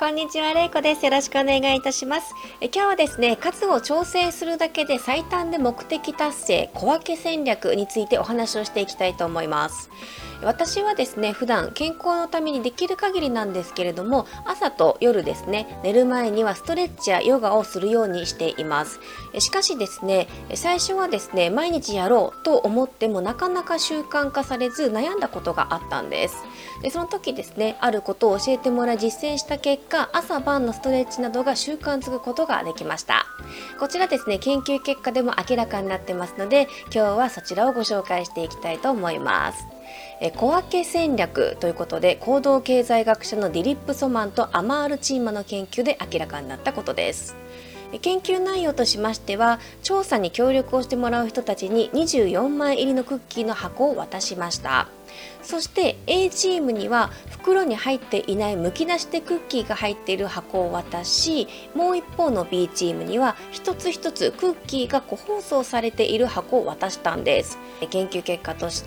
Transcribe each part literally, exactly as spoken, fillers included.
こんにちは、れいこです。よろしくお願いいたします。え今日はですね、数を調整するだけで最短で目的達成、小分け戦略についてお話をしていきたいと思います。私はですね、普段健康のためにできる限りなんですけれども、朝と夜ですね、寝る前にはストレッチやヨガをするようにしています。しかしですね、最初はですね、毎日やろうと思ってもなかなか習慣化されず悩んだことがあったんです。でその時ですね、あることを教えてもらい実践した結果、朝晩のストレッチなどが習慣づくことができました。こちらですね、研究結果でも明らかになってますので、今日はそちらをご紹介していきたいと思います。え小分け戦略ということで、行動経済学者のディリップ・ソマンとアマール・チーマの研究で明らかになったことです。研究内容としましては、調査に協力をしてもらう人たちににじゅうよんまい入りのクッキーの箱を渡しました。そして A チームには袋に入っていないむき出しでクッキーが入っている箱を渡し、もう一方の B チームには一つ一つクッキーが個包装されている箱を渡したんです。研究結果として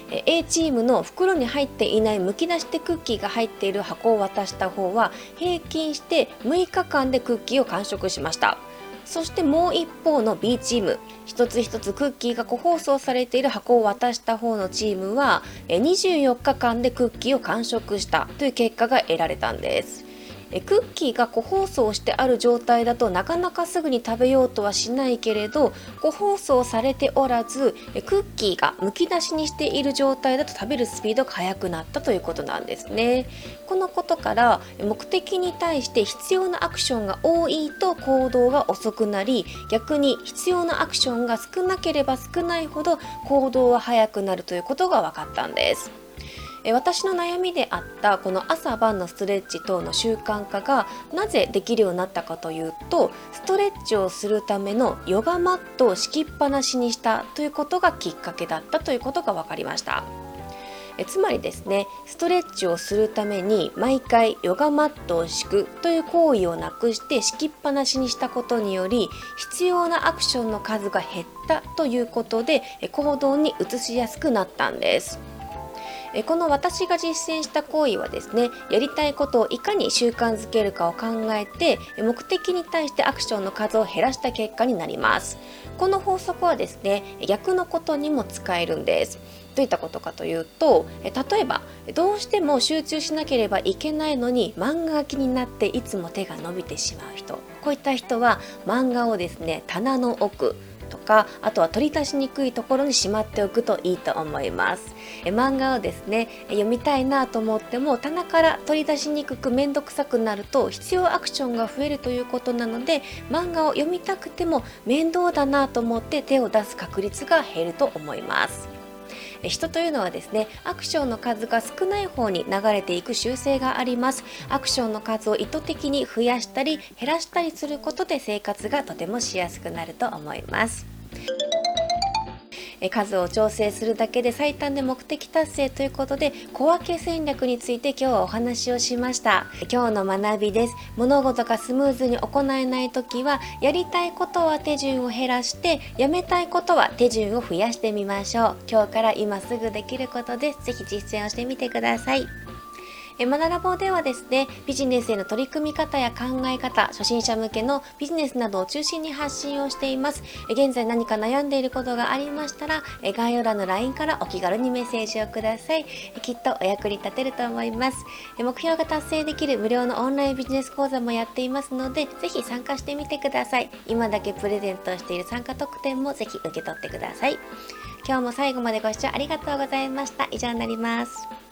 A チームの袋に入っていないむき出しでクッキーが入っている箱を渡した方は平均してむいかかんでクッキーを完食しました。そしてもう一方の B チーム、一つ一つクッキーが個包装されている箱を渡した方のチームはにじゅうよっかかんでクッキーを完食したという結果が得られたんです。クッキーが個包装してある状態だとなかなかすぐに食べようとはしないけれど、個包装されておらずクッキーがむき出しにしている状態だと食べるスピードが速くなったということなんですね。このことから目的に対して必要なアクションが多いと行動が遅くなり、逆に必要なアクションが少なければ少ないほど行動は速くなるということが分かったんです。私の悩みであったこの朝晩のストレッチ等の習慣化がなぜできるようになったかというと、ストレッチをするためのヨガマットを敷きっぱなしにしたということがきっかけだったということが分かりました。えつまりですね、ストレッチをするために毎回ヨガマットを敷くという行為をなくして敷きっぱなしにしたことにより、必要なアクションの数が減ったということで行動に移しやすくなったんです。この私が実践した行為はですね、やりたいことをいかに習慣づけるかを考えて目的に対してアクションの数を減らした結果になります。この法則はですね、逆のことにも使えるんです。どういったことかというと、例えばどうしても集中しなければいけないのに漫画が気になっていつも手が伸びてしまう人、こういった人は漫画をですね、棚の奥とか、あとは取り出しにくいところにしまっておくといいと思います。え漫画をですね、読みたいなと思っても棚から取り出しにくくめんどくさくなると必要アクションが増えるということなので、漫画を読みたくても面倒だなと思って手を出す確率が減ると思います。人というのはですね、アクションの数が少ない方に流れていく習性があります。アクションの数を意図的に増やしたり減らしたりすることで生活がとてもしやすくなると思います。数を調整するだけで最短で目的達成ということで、小分け戦略について今日はお話をしました。今日の学びです。物事がスムーズに行えないときは、やりたいことは手順を減らして、やめたいことは手順を増やしてみましょう。今日から今すぐできることです。ぜひ実践をしてみてください。えマナラボではですね、ビジネスへの取り組み方や考え方、初心者向けのビジネスなどを中心に発信をしています。え現在何か悩んでいることがありましたら、え概要欄の ライン からお気軽にメッセージをください。えきっとお役に立てると思います。え目標が達成できる無料のオンラインビジネス講座もやっていますので、ぜひ参加してみてください。今だけプレゼントしている参加特典もぜひ受け取ってください。今日も最後までご視聴ありがとうございました。以上になります。